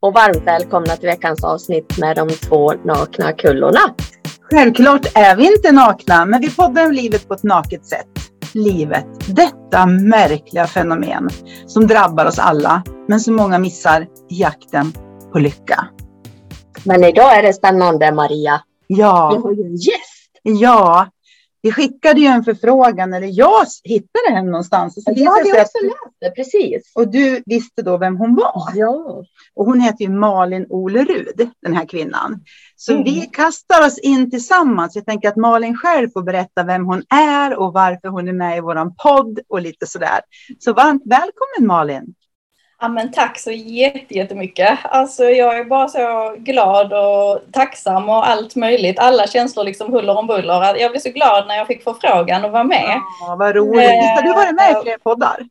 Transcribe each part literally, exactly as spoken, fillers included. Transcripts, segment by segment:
och varmt välkomna till veckans avsnitt med de två nakna kullorna. Självklart är vi inte nakna, men vi poddar om livet på ett naket sätt. Livet, detta märkliga fenomen som drabbar oss alla, men som många missar i jakten på lycka. Men idag är det spännande, Maria. Ja. Vi har ju en gäst. Ja, vi skickade ju en förfrågan, eller jag hittade henne någonstans. Så ja, det har också läst det, precis. Och du visste då vem hon var. Ja. Och hon heter ju Malin Olerud, den här kvinnan. Så Mm. vi kastar oss in tillsammans. Jag tänker att Malin själv får berätta vem hon är och varför hon är med i våran podd och lite sådär. Så varmt välkommen, Malin. Ja, men tack så jätte, jättemycket. Alltså, jag är bara så glad och tacksam och allt möjligt. Alla känslor liksom huller om buller. Jag blev så glad när jag fick förfrågan och vara med. Ja, vad roligt. Visst har du varit med i flera poddar?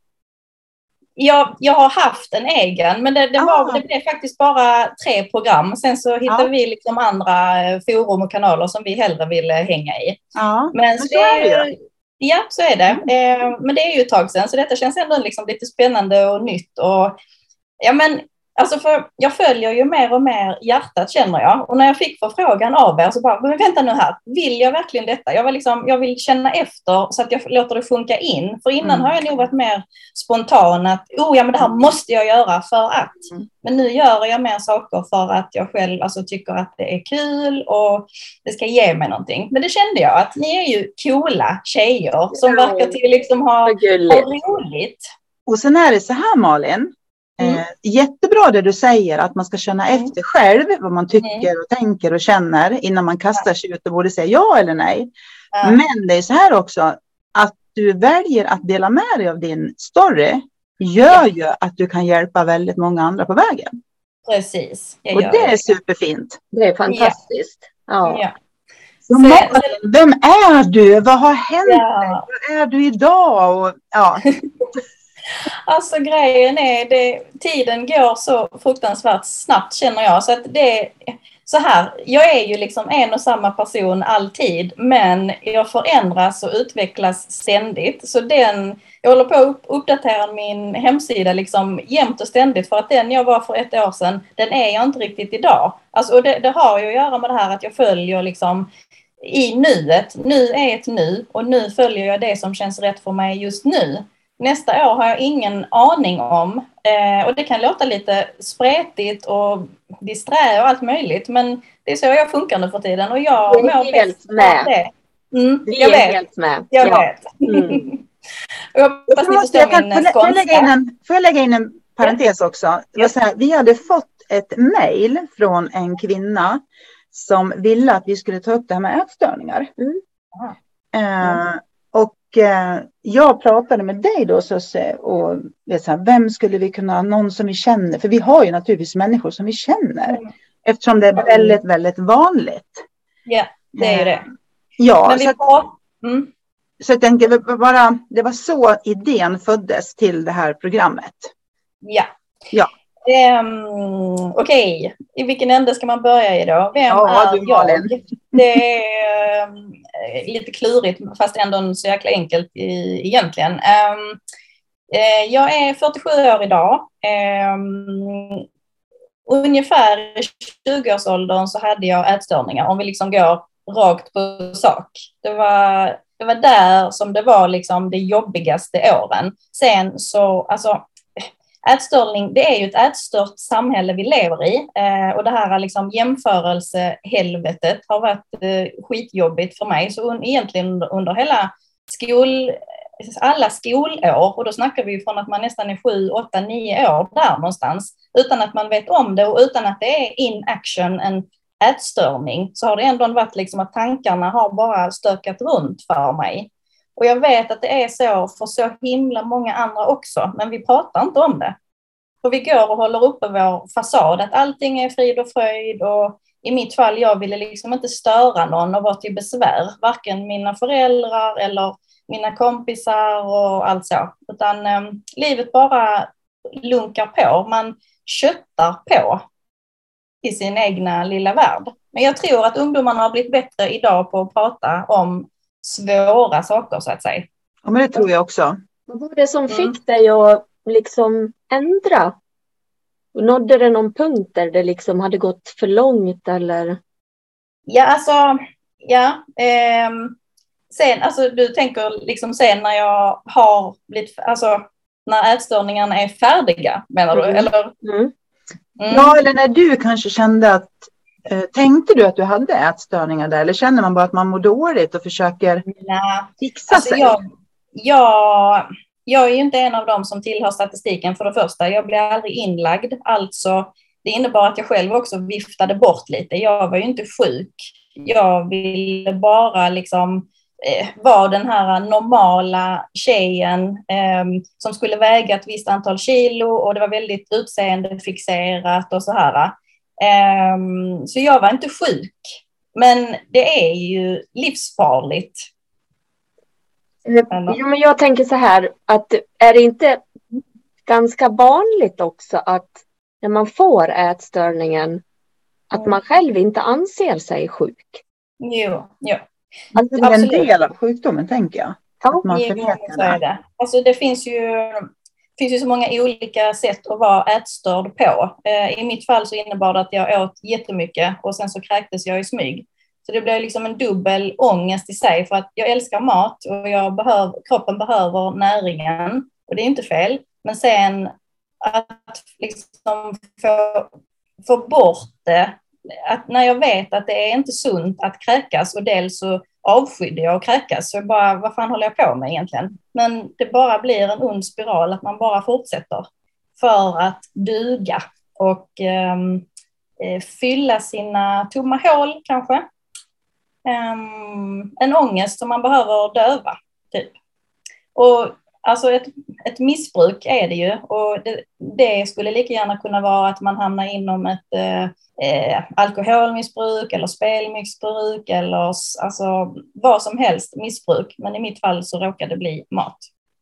Jag, jag har haft en egen, men det, det, var, Ah. det blev faktiskt bara tre program. Sen så hittade Ja. vi liksom andra forum och kanaler som vi hellre ville hänga i. Ja, Men, men så är det ju. Ja, så är det. Eh, men det är ju ett tag sedan, så detta känns ändå liksom lite spännande och nytt. Och, ja, men, alltså för jag följer ju mer och mer hjärtat, känner jag. Och när jag fick förfrågan av er så bara, men vänta nu här, vill jag verkligen detta? Jag, var liksom, jag vill känna efter så att jag låter det funka in. För innan mm. har jag nog varit mer spontan att, oh ja, men det här måste jag göra för att. Mm. Men nu gör jag mer saker för att jag själv alltså, tycker att det är kul och det ska ge mig någonting. Men det kände jag att ni är ju coola tjejer som ja. verkar till liksom ha, ha roligt. Och sen är det så här, Malin. Mm. Eh, jättebra det du säger att man ska känna mm. efter själv vad man tycker mm. och tänker och känner innan man kastar sig ut och borde säga ja eller nej. Ja. Men det är så här också att du väljer att dela med dig av din story gör ja. ju att du kan hjälpa väldigt många andra på vägen. Precis. Och det är superfint. Det är fantastiskt. Ja. Ja. Så så, Malin, så, vem är du? Vad har hänt? Ja. Vad är du idag? Och, ja. Alltså grejen är, det, tiden går så fruktansvärt snabbt känner jag. Så att det är så här, jag är ju liksom en och samma person alltid. Men jag förändras och utvecklas ständigt. Så den, jag håller på att uppdatera min hemsida liksom jämt och ständigt. För att den jag var för ett år sedan, den är jag inte riktigt idag. Alltså, och det, det har ju att göra med det här att jag följer liksom i nuet. Nu är ett nu och nu följer jag det som känns rätt för mig just nu. Nästa år har jag ingen aning om. Eh, och det kan låta lite spretigt och disträ och allt möjligt. Men det är så jag funkar nu för tiden. Och jag mår bäst med det. Mm, Vi jag är vet. helt med. Jag ja. vet. Mm. och jag hoppas ni förstår jag kan, min får, skånska. Får jag lägga in en, får jag lägga in en parentes också? Det var så här, vi hade fått ett mejl från en kvinna som ville att vi skulle ta upp det här med ätstörningar. Mm. Mm. Uh, Och eh, jag pratade med dig då så, och vet så här, vem skulle vi kunna, någon som vi känner, för vi har ju naturligtvis människor som vi känner, mm. eftersom det är väldigt, väldigt vanligt. Ja, det är ju det. Ja, Men vi så, får... mm. så jag tänkte bara, det var så idén föddes till det här programmet. Ja. Ja. Um, Okej, okay. I vilken ände ska man börja i då? Vem ja, är du, jag? Det är um, lite klurigt fast ändå så jäkla enkelt i, egentligen. Um, uh, jag är fyrtiosju år idag. Um, ungefär i tjugoårsåldern så hade jag ätstörningar. Om vi liksom går rakt på sak. Det var, det var där som det var liksom det jobbigaste åren. Sen så, alltså ätstörning, det är ju ett ätstört samhälle vi lever i eh, och det här liksom jämförelsehelvetet har varit eh, skitjobbigt för mig. Så un- egentligen under, under hela skol, alla skolår, och då snackar vi ju från att man nästan är sju, åtta, nio år där någonstans, utan att man vet om det och utan att det är in action en ätstörning, så har det ändå varit liksom att tankarna har bara stökat runt för mig. Och jag vet att det är så för så himla många andra också. Men vi pratar inte om det. För vi går och håller uppe vår fasad. Att allting är frid och fröjd. Och i mitt fall, jag ville liksom inte störa någon och vara till besvär. Varken mina föräldrar eller mina kompisar och allt så. Utan eh, livet bara lunkar på. Man köttar på i sin egna lilla värld. Men jag tror att ungdomarna har blivit bättre idag på att prata om svåra saker så att säga. Ja, men det tror jag också. Vad var det som fick mm. dig att liksom ändra Nådde det någon punkt där det liksom hade gått för långt eller? Ja, alltså, ja. Eh, sen, alltså du tänker liksom sen när jag har blivit, alltså när ätstörningarna är färdiga, menar du? Mm. Eller? Mm. Mm. Ja, eller när du kanske kände att, eh, tänkte du att du hade ätstörningar där? Eller känner man bara att man mår dåligt och försöker Nej. fixa Alltså, sig? jag, jag, jag är ju inte en av dem som tillhör statistiken för det första. Jag blev aldrig inlagd. Alltså, det innebar att jag själv också viftade bort lite. Jag var ju inte sjuk. Jag ville bara liksom eh, vara den här normala tjejen eh, som skulle väga ett visst antal kilo och det var väldigt utseendefixerat och så här. Eh, så jag var inte sjuk. Men det är ju livsfarligt. Jo, men jag tänker så här, att är det inte ganska vanligt också att när man får ätstörningen att man själv inte anser sig sjuk? Jo, jo. Det är en del av sjukdomen, tänker jag. Ja, att man jo, förnekar så är det. Alltså det finns ju, finns ju så många olika sätt att vara ätstörd på. Eh, I mitt fall så innebar det att jag åt jättemycket och sen så kräktes jag i smyg. Så det blev liksom en dubbel ångest i sig för att jag älskar mat och jag behöver, kroppen behöver näringen och det är inte fel. Men sen att liksom få, få bort det, att när jag vet att det är inte sunt att kräkas och dels så avskydde jag att kräkas så bara, vad fan håller jag på med egentligen? Men det bara blir en ond spiral att man bara fortsätter för att duga och eh, fylla sina tomma hål kanske. Um, en ångest som man behöver döva, typ. Och alltså ett, ett missbruk är det ju. Och det, det skulle lika gärna kunna vara att man hamnar inom ett eh, alkoholmissbruk eller spelmissbruk eller alltså vad som helst missbruk. Men i mitt fall så råkar det bli mat.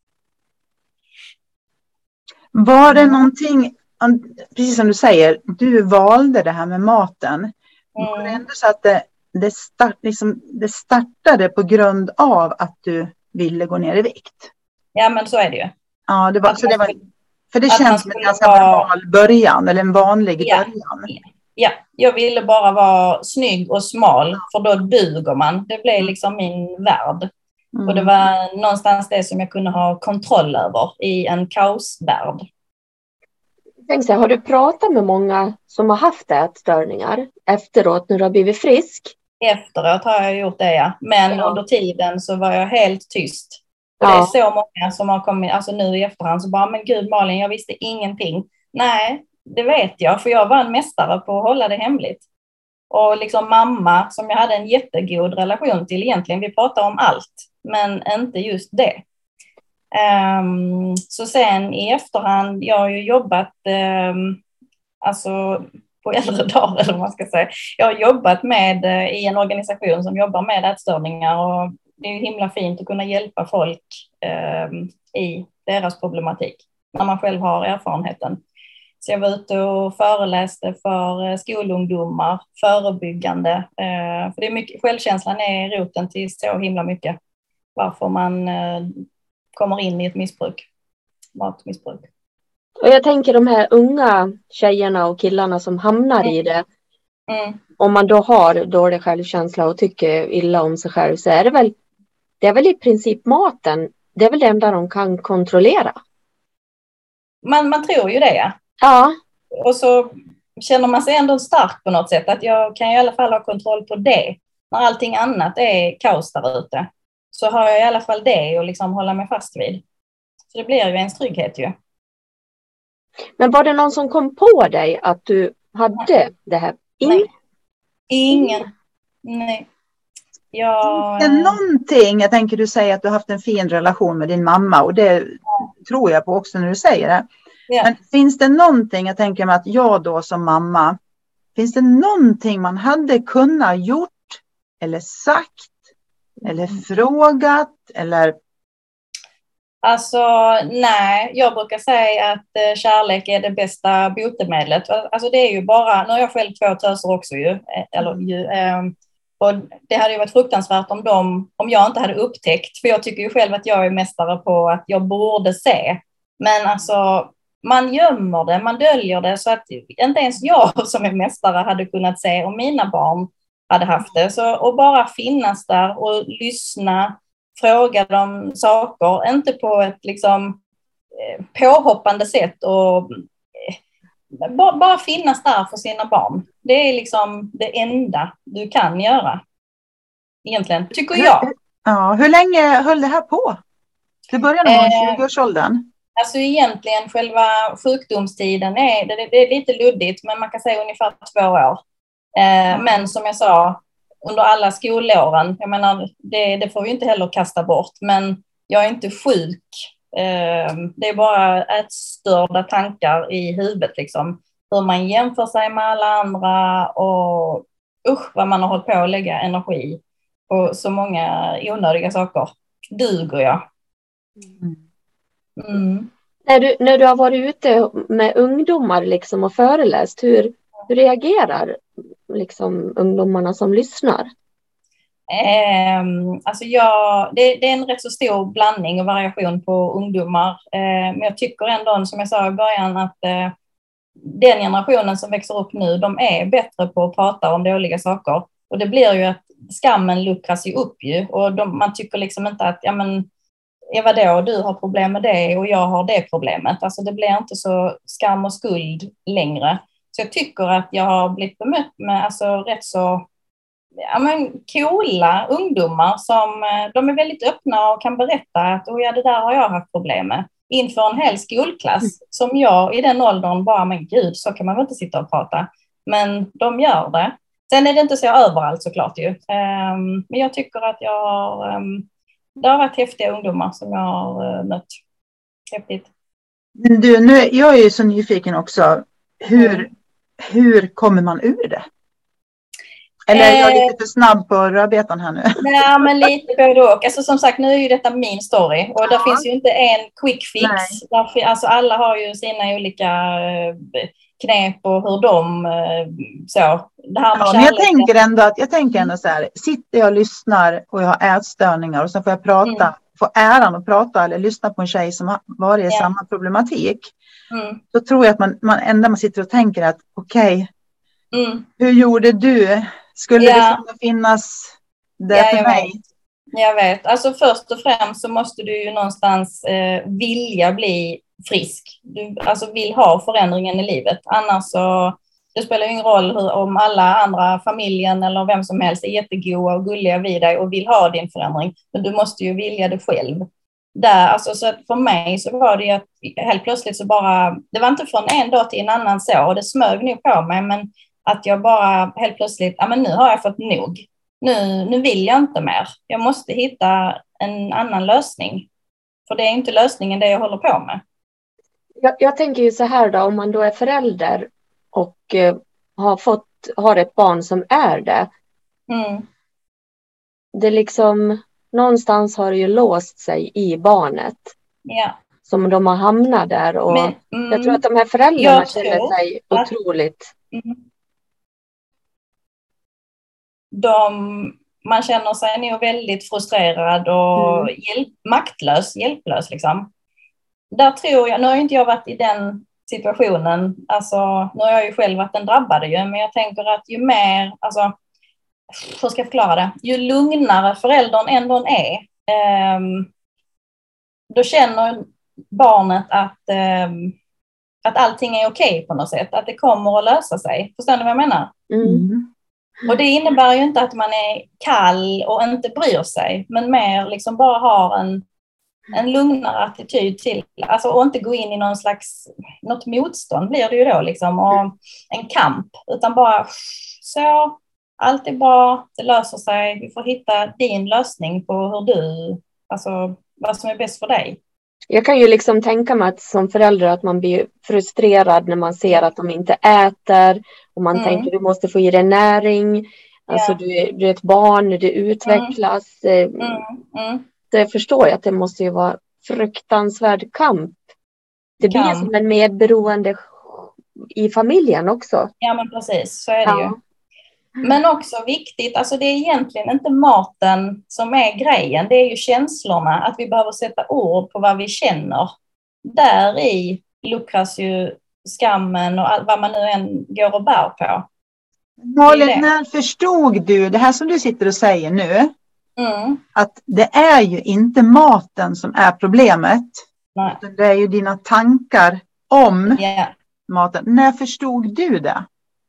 Var det någonting, precis som du säger, du valde det här med maten. Mm. Var det ändå så att det Det, start, liksom, det startade på grund av att du ville gå ner i vikt? Ja, men så är det ju. Ja, det var, så det var, för det känns som en ganska vara, normal början, eller en vanlig ja, början. Ja, jag ville bara vara snygg och smal, för då duger man. Det blev liksom min värld. Mm. Och det var någonstans det som jag kunde ha kontroll över i en kaosvärld. Tänk så här, har du pratat med många som har haft ätstörningar efteråt när du har blivit frisk? Efteråt har jag gjort det, ja. Men ja. Under tiden så var jag helt tyst. Och ja. Det är så många som har kommit, alltså nu i efterhand så bara, men gud Malin, jag visste ingenting. Nej, det vet jag, för jag var en mästare på att hålla det hemligt. Och liksom mamma, som jag hade en jättegod relation till egentligen, vi pratade om allt, men inte just det. Um, så sen i efterhand, jag har ju jobbat um, alltså på äldre dagar eller vad man ska säga. Jag har jobbat med uh, i en organisation som jobbar med ätstörningar och det är ju himla fint att kunna hjälpa folk um, i deras problematik när man själv har erfarenheten. Så jag var ute och föreläste för uh, skolungdomar, förebyggande. Uh, för det är mycket, självkänslan är roten till så himla mycket. Varför man uh, kommer in i ett missbruk, matmissbruk. Och jag tänker de här unga tjejerna och killarna som hamnar mm. i det. Mm. Om man då har dålig självkänsla och tycker illa om sig själv så är det väl, det är väl i princip maten. Det är väl det enda de kan kontrollera. Man, man tror ju det, ja. Ja. Och så känner man sig ändå stark på något sätt. Att jag kan i alla fall ha kontroll på det. När allting annat är kaos där ute. Så har jag i alla fall det och liksom hålla mig fast vid. Så det blir ju ens trygghet ju. Men var det någon som kom på dig att du hade Nej. det här? In- Nej. Ingen. Nej. Jag... Det är någonting, jag tänker du säger att du har haft en fin relation med din mamma och det ja. tror jag på också när du säger det. Ja. Men finns det någonting, jag tänker mig att jag då som mamma, finns det någonting man hade kunnat gjort eller sagt eller frågat eller? Alltså nej, jag brukar säga att eh, kärlek är det bästa botemedlet. Alltså det är ju bara, nu har jag själv två töser också ju, eller ju eh, och det hade ju varit fruktansvärt om de, om jag inte hade upptäckt, för jag tycker ju själv att jag är mästare på att jag borde se. Men alltså man gömmer det, man döljer det så att inte ens jag som är mästare hade kunnat se om mina barn hade haft det. Så att bara finnas där och lyssna, fråga dem saker, inte på ett liksom påhoppande sätt och bara, bara finnas där för sina barn. Det är liksom det enda du kan göra. Egentligen, tycker jag. Ja, hur länge höll det här på? Det började någon eh, tjugo-årsåldern. Alltså egentligen själva sjukdomstiden är, det, det är lite luddigt, men man kan säga ungefär två år. Eh, mm. Men som jag sa, under alla skolåren, jag menar, det, det får vi inte heller kasta bort, men jag är inte sjuk. Eh, det är bara ätstörda tankar i huvudet, liksom. Hur man jämför sig med alla andra och usch vad man har hållit på att lägga energi på så många onödiga saker. Duger jag? Mm. Mm. När, du, när du har varit ute med ungdomar liksom och föreläst, hur, hur reagerar liksom ungdomarna som lyssnar? Eh, alltså jag, det, det är en rätt så stor blandning och variation på ungdomar. Eh, men jag tycker ändå, som jag sa i början, att eh, den generationen som växer upp nu, de är bättre på att prata om dåliga saker. Och det blir ju att skammen luckras ju upp ju. Och de, man tycker liksom inte att, ja men, Eva då, du har problem med det och jag har det problemet. Alltså det blir inte så skam och skuld längre. Så jag tycker att jag har blivit bemött med alltså rätt så ja, men, coola ungdomar som de är väldigt öppna och kan berätta att oh, ja, det där har jag haft problem med. Inför en hel skolklass mm. som jag i den åldern bara, men gud, så kan man väl inte sitta och prata. Men de gör det. Sen är det inte så överallt såklart ju. Um, men jag tycker att jag har... Um, Det har varit häftiga ungdomar som jag har mött. Häftigt. Du, nu, jag är ju så nyfiken också. Hur, mm. hur kommer man ur det? Eller är jag lite för snabb på rödbetan här nu? Nej, men lite både och. Alltså, som sagt, nu är ju detta min story. Och ja. Där finns ju inte en quick fix. Därför, alltså, alla har ju sina olika knep och hur de så. Det här med ja, men jag tänker ändå att jag tänker ändå så här, sitter jag och lyssnar och jag har ätstörningar och så får jag prata, mm. få äran att prata eller lyssna på en tjej som har varit i yeah. samma problematik. Mm. Så tror jag att man, man ändå man sitter och tänker att okej, okay, mm. hur gjorde du? Skulle yeah. det finnas det yeah, för mig? Vet. Jag vet. Alltså först och främst så måste du ju någonstans eh, vilja bli frisk. Du alltså vill ha förändringen i livet. Annars så det spelar ingen roll hur, om alla andra, familjen eller vem som helst är jättegoda och gulliga vid dig och vill ha din förändring. Men du måste ju vilja det själv. Där, alltså, så att för mig så var det att helt plötsligt så bara, det var inte från en dag till en annan så, och det smög nu på mig, men att jag bara helt plötsligt, ja men nu har jag fått nog. Nu, nu vill jag inte mer. Jag måste hitta en annan lösning. För det är inte lösningen det jag håller på med. Jag, jag tänker ju så här då, om man då är förälder och eh, har fått, har ett barn som är det. Mm. Det liksom, någonstans har det ju låst sig i barnet. Ja. Som de har hamnat där. Och Men, mm, jag tror att de här föräldrarna känner sig att, otroligt. Mm. De, man känner sig nog väldigt frustrerad och mm. hjälp, maktlös, hjälplös liksom. Där tror jag, nu har inte jag varit i den situationen, alltså nu har jag ju själv varit den drabbade ju, men jag tänker att ju mer, alltså hur ska jag förklara det, ju lugnare föräldern ändå är, eh, då känner barnet att, eh, att allting är okej på något sätt, att det kommer att lösa sig. Förstår ni vad jag menar? Mm. Och det innebär ju inte att man är kall och inte bryr sig, men mer liksom bara har en en lugnare attityd till, alltså och inte gå in i någon slags, något motstånd blir det ju då liksom, och en kamp, utan bara så, allt är bra, det löser sig, vi får hitta din lösning på hur du, alltså vad som är bäst för dig. Jag kan ju liksom tänka mig att som förälder att man blir frustrerad när man ser att de inte äter och man mm. tänker du måste få i dig näring, alltså yeah. du, du är ett barn, du utvecklas. Mm. Mm. Mm. Det förstår jag att det måste ju vara fruktansvärd kamp. Det blir som en medberoende i familjen också. Ja men precis, så är det ja. ju. Men också viktigt, alltså det är egentligen inte maten som är grejen, det är ju känslorna, att vi behöver sätta ord på vad vi känner. Där i luckras ju skammen och all, vad man nu än går och bär på. Malin, när förstod du det här som du sitter och säger nu? Mm. Att det är ju inte maten som är problemet. Nej. Utan det är ju dina tankar om Yeah. maten. När förstod du det?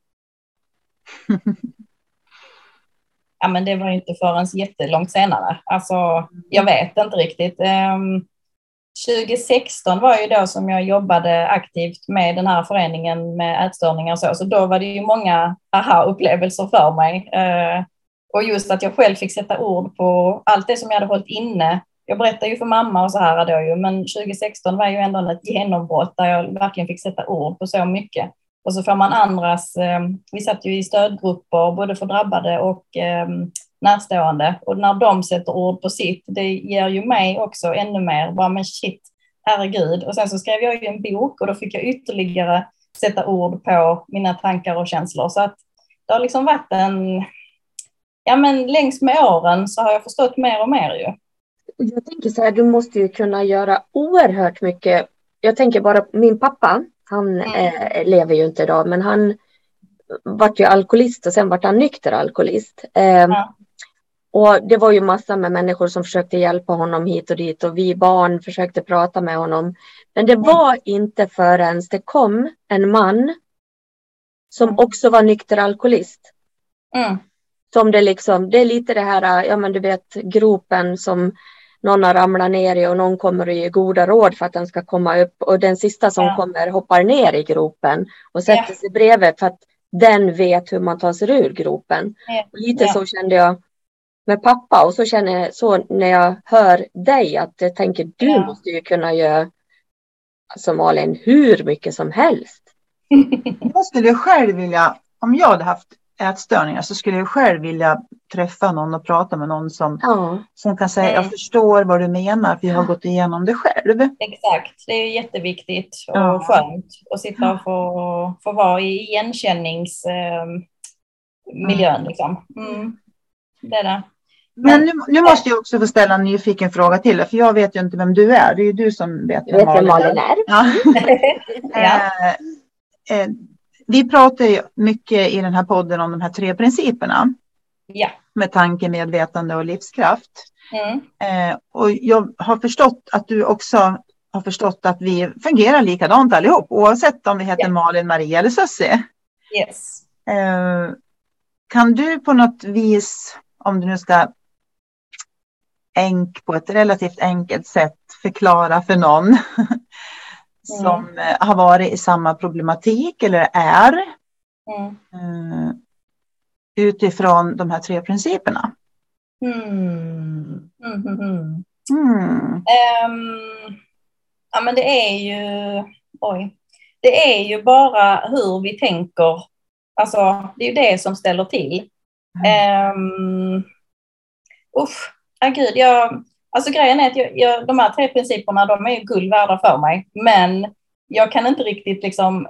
Ja, men det var inte förrän jättelångt senare. Alltså, jag vet inte riktigt. Um, tjugo sexton var ju då som jag jobbade aktivt med den här föreningen med ätstörningar och så. Så då var det ju många aha-upplevelser för mig. Uh, och just att jag själv fick sätta ord på allt det som jag hade hållit inne. Jag berättade ju för mamma och så här då ju, men tjugo sexton var ju ändå ett genombrott där jag verkligen fick sätta ord på så mycket. Och så får man andras, eh, vi satt ju i stödgrupper både för drabbade och eh, närstående. Och när de sätter ord på sitt, det ger ju mig också ännu mer, bara men shit, herregud. Och sen så skrev jag ju en bok och då fick jag ytterligare sätta ord på mina tankar och känslor. Så att det har liksom varit en, ja men längs med åren så har jag förstått mer och mer ju. Jag tänker så här, du måste ju kunna göra oerhört mycket. Jag tänker bara, min pappa, han eh, lever ju inte idag, men han vart ju alkoholist och sen vart han nykter alkoholist. Eh, Ja. Och det var ju massa med människor som försökte hjälpa honom hit och dit och vi barn försökte prata med honom. Men det var inte förrän det kom en man som också var nykter alkoholist. Mm. Som det liksom, det är lite det här, ja men du vet, gropen som någon har ramlat ner i och någon kommer att ge goda råd för att den ska komma upp. Och den sista som Ja. kommer hoppar ner i gropen och sätter Ja. sig bredvid för att den vet hur man tar sig ur gropen. Ja. Och lite Ja. så kände jag med pappa och så känner jag så när jag hör dig att jag tänker du Ja. måste ju kunna göra alltså Malin hur mycket som helst. Jag skulle själv vilja, om jag hade haft ätstörningar så skulle jag själv vilja träffa någon och prata med någon som, Ja. som kan säga, Mm. jag förstår vad du menar för jag har gått igenom det själv. Exakt, det är jätteviktigt och Ja. skönt att sitta och få, få vara i igenkänningsmiljön. Eh, liksom. mm. Det är det. Men nu, nu måste jag också få ställa en nyfiken fråga till dig, för jag vet ju inte vem du är. Det är ju du som vet Jag vet vem Malin är. Ja. Ja. eh, eh, vi pratar ju mycket i den här podden om de här tre principerna. Ja. Med tanke, medvetande och livskraft. Mm. Eh, och jag har förstått att du också har förstått att vi fungerar likadant allihop. Oavsett om vi heter Ja. Malin, Maria eller Sussie. Yes. Eh, kan du på något vis, om du nu ska enk på ett relativt enkelt sätt förklara för någon mm. som eh, har varit i samma problematik eller är Mm. eh, utifrån de här tre principerna? Mm. Mm, mm, mm. Mm. Um, ja, men det är ju oj, det är ju bara hur vi tänker. Alltså, det är ju det som ställer till. Mm. Um, usch, ah, gud, jag, alltså grejen är att jag, jag, de här tre principerna, de är ju guld värda för mig. Men jag kan inte riktigt liksom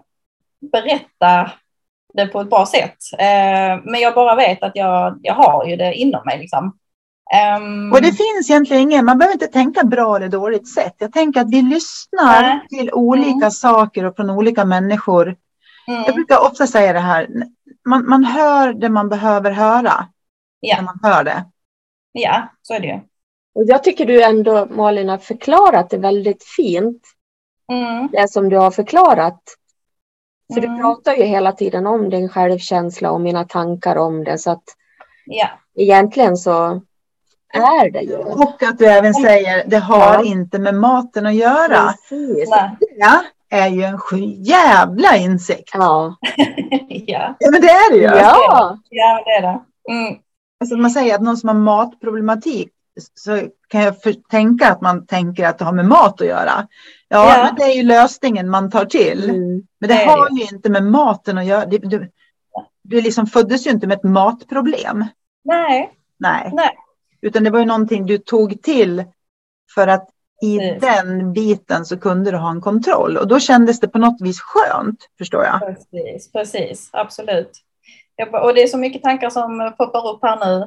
berätta det på ett bra sätt. Uh, men jag bara vet att jag, jag har ju det inom mig liksom. Um, och det finns egentligen ingen, man behöver inte tänka bra eller dåligt sätt. Jag tänker att vi lyssnar nej. till olika mm. saker och från olika människor. Mm. Jag brukar ofta säga det här, man, man hör det man behöver höra. Ja. När man hör det. Ja, så är det ju. Och jag tycker du ändå, Malin, har förklarat det väldigt fint. Mm. Det som du har förklarat. För Mm. du pratar ju hela tiden om din självkänsla och mina tankar om det. Så att ja. egentligen så är det ju. Och att du även säger, det har ja. inte med maten att göra. Precis. Det är ju en jävla insikt. Ja. ja. ja, men det är det ju. Ja, ja det är det. Mm. Alltså man säger att någon som har matproblematik så kan jag för, tänka att man tänker att det har med mat att göra. Ja, ja. Men det är ju lösningen man tar till. Mm. Men det, det har det. ju inte med maten att göra. Du, du, du liksom föddes ju inte med ett matproblem. Nej. Nej. Nej. Utan det var ju någonting du tog till för att i Precis. den biten så kunde du ha en kontroll. Och då kändes det på något vis skönt, förstår jag. Precis, precis. Absolut. Och det är så mycket tankar som poppar upp här nu.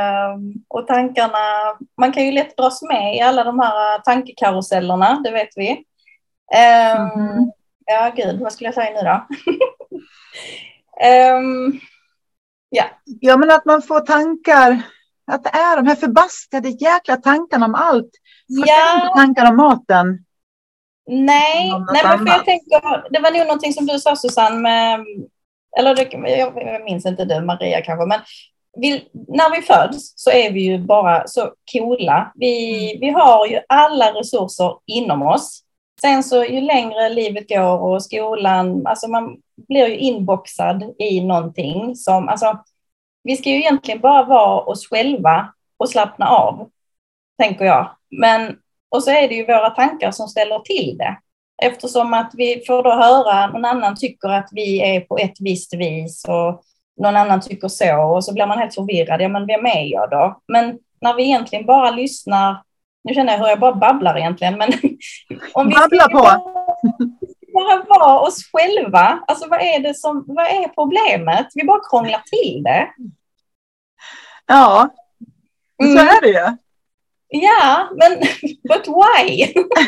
Och tankarna, man kan ju lätt dras med i alla de här tankekarusellerna, det vet vi. Mm. Ja, gud, vad skulle jag säga nu då? um, ja. ja, men att man får tankar, att det är de här förbaskade jäkla tankarna om allt. Fast ja. Det är inte tankar om maten. Nej, nej men för jag tänker, det var nog någonting som du sa, Susanne, med, eller det, jag, jag minns inte du, Maria kanske, men vi, när vi föds så är vi ju bara så coola. Vi, mm. vi har ju alla resurser inom oss. Sen så ju längre livet går och skolan, alltså man blir ju inboxad i någonting som, alltså vi ska ju egentligen bara vara oss själva och slappna av, tänker jag. Men, och så är det ju våra tankar som ställer till det. Eftersom att vi får då höra någon annan tycker att vi är på ett visst vis och någon annan tycker så, och så blir man helt förvirrad. Ja, men vem är jag då? Men när vi egentligen bara lyssnar, nu känner jag hur jag bara babblar egentligen, men om vi Babbla på. Bara, bara vara oss själva, alltså vad är det som, vad är problemet? Vi bara krånglar till det. Ja, mm. så är det ju. Ja, men but why?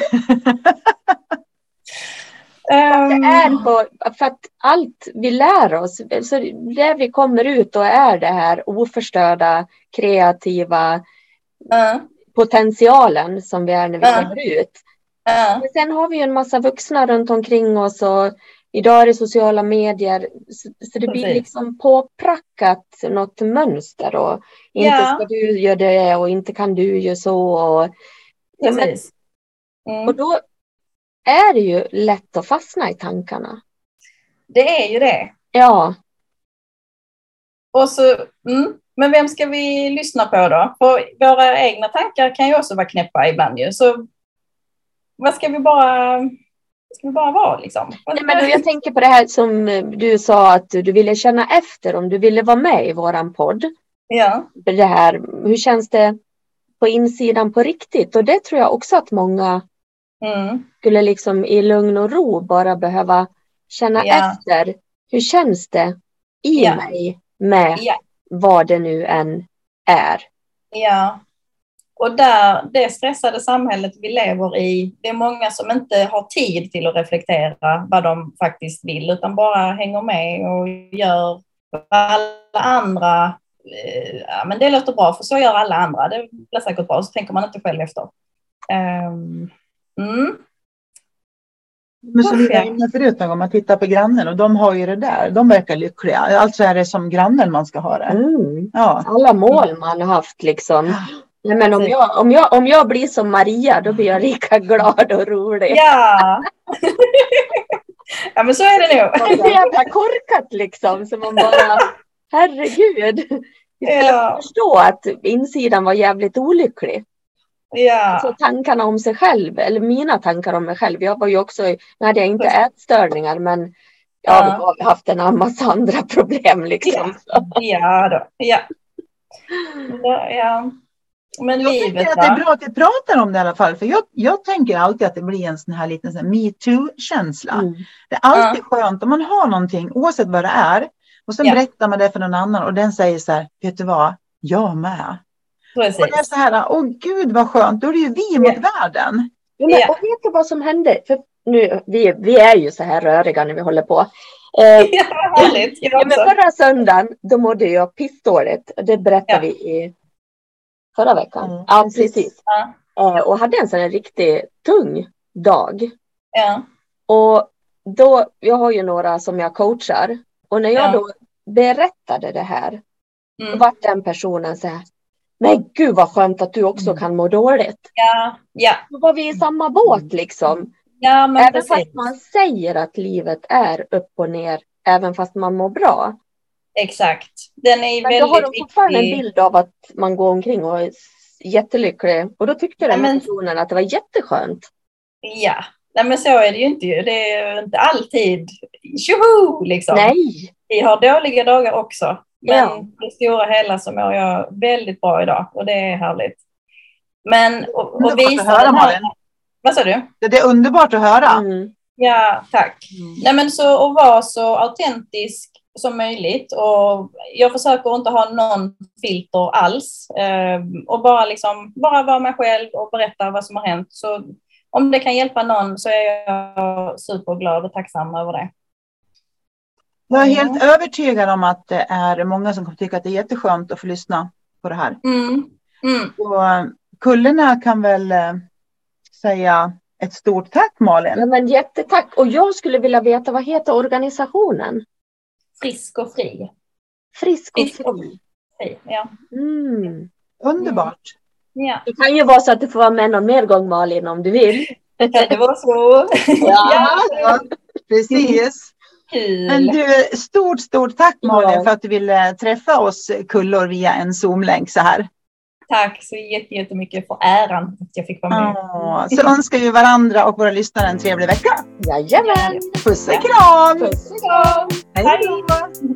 um, det är på, för att allt vi lär oss, så det vi kommer ut och är det här oförstörda, kreativa uh. potentialen som vi är när vi uh. kommer ut. Uh. Men sen har vi ju en massa vuxna runt omkring oss och idag är det sociala medier, så, så det blir liksom påprackat något mönster och inte yeah. ska du göra det och inte kan du göra så. Och, ja, men, mm. och då är det ju lätt att fastna i tankarna. Det är ju det. Ja. Och så, mm, men vem ska vi lyssna på då? För våra egna tankar kan ju också vara knäppa ibland ju. Så vad ska vi bara... Ska vi bara vara liksom? Nej, men jag tänker på det här som du sa att du ville känna efter om du ville vara med i våran podd. Ja. Det här, hur känns det på insidan på riktigt? Och det tror jag också att många mm. skulle liksom i lugn och ro bara behöva känna ja. efter. Hur känns det i ja. mig med ja. vad det nu än är? Ja. Och där, det stressade samhället vi lever i, det är många som inte har tid till att reflektera vad de faktiskt vill, utan bara hänger med och gör vad alla andra, eh, ja men det låter bra för så gör alla andra, det blir säkert bra, så tänker man inte själv efter. Um, mm. Men som vi var inne förut om man tittar på grannen och de har ju det där, de verkar lyckliga, alltså är det som grannen man ska ha det. Mm. Ja. Alla mål man har haft liksom. Nej, men om jag, om, jag, om jag blir som Maria, då blir jag lika glad och rolig. Ja, ja men så är det nu. Det är så jävla korkat liksom, så man bara, herregud. Istället ja. för att förstå att insidan var jävligt olycklig. Ja. Så tankarna om sig själv, eller mina tankar om mig själv. Jag var ju också, nu hade jag inte ätstörningar, men jag ja. har haft en massa andra problem liksom. Ja, ja då, ja. Ja, ja. Men jag livet, tycker att det är bra att vi pratar om det i alla fall. För jag, jag tänker alltid att det blir en sån här liten sån här me too-känsla. Mm. Det är alltid ja. skönt om man har någonting, oavsett vad det är. Och sen ja. berättar man det för någon annan och den säger så här, vet du vad, jag med. Precis. Och det är så här, åh gud vad skönt, då är det ju vi mot ja. världen. Ja, men, och vet du vad som hände? För nu, vi, vi är ju så här röriga när vi håller på. Eh, ja, härligt. Ja, men förra söndagen, då mådde jag pissdåligt. Det berättade ja. vi i förra veckan. Mm, ja, precis. precis. Ja. Eh, och hade en sån här riktigt tung dag. Ja. Och då, jag har ju några som jag coachar. Och när jag ja. då berättade det här, mm. då var den personen så här, men gud vad skönt att du också mm. kan må dåligt. Ja, ja. Då var vi i samma båt liksom. Ja, men även precis. fast man säger att livet är upp och ner, även fast man mår bra. Exakt. Den är men väldigt då har de fortfarande viktig. En bild av att man går omkring och är jättelycklig. Och då tyckte den ja, men... personen att det var jätteskönt. Ja, nej men så är det ju inte. Det är inte alltid tjoho liksom. Nej. Vi har dåliga dagar också. Men ja. det stora hela så mår jag väldigt bra idag. Och det är härligt. Men och, och visa höra, den här... Vad sa du? Det är underbart att höra. Mm. Ja, tack. Mm. Nej men så att vara så autentisk som möjligt. Och jag försöker inte ha någon filter alls. Eh, och bara liksom, bara vara mig själv och berätta vad som har hänt. Så om det kan hjälpa någon så är jag superglad och tacksam över det. Jag är helt mm. övertygad om att det är många som kommer tycka att det är jätteskönt att få lyssna på det här. Mm. Mm. Och Kullerna kan väl säga ett stort tack, Malin. Ja, men jättetack. Och jag skulle vilja veta, vad heter organisationen? Frisk och fri. Frisk och Frisk och fri. fri. Ja. Mm. Underbart. Mm. Ja. Det kan ju vara så att du får vara med någon mer gång, Malin, om du vill. Kan det vara så? Ja, ja, precis. Kul. Men du, stort, stort tack, Malin, ja. för att du ville träffa oss kullor via en Zoom-länk så här. Tack så jättemycket för äran att jag fick vara med. Ja, så önskar vi varandra och våra lyssnare en trevlig vecka. Jajamän. Puss och kram. Puss och kram. Hej då.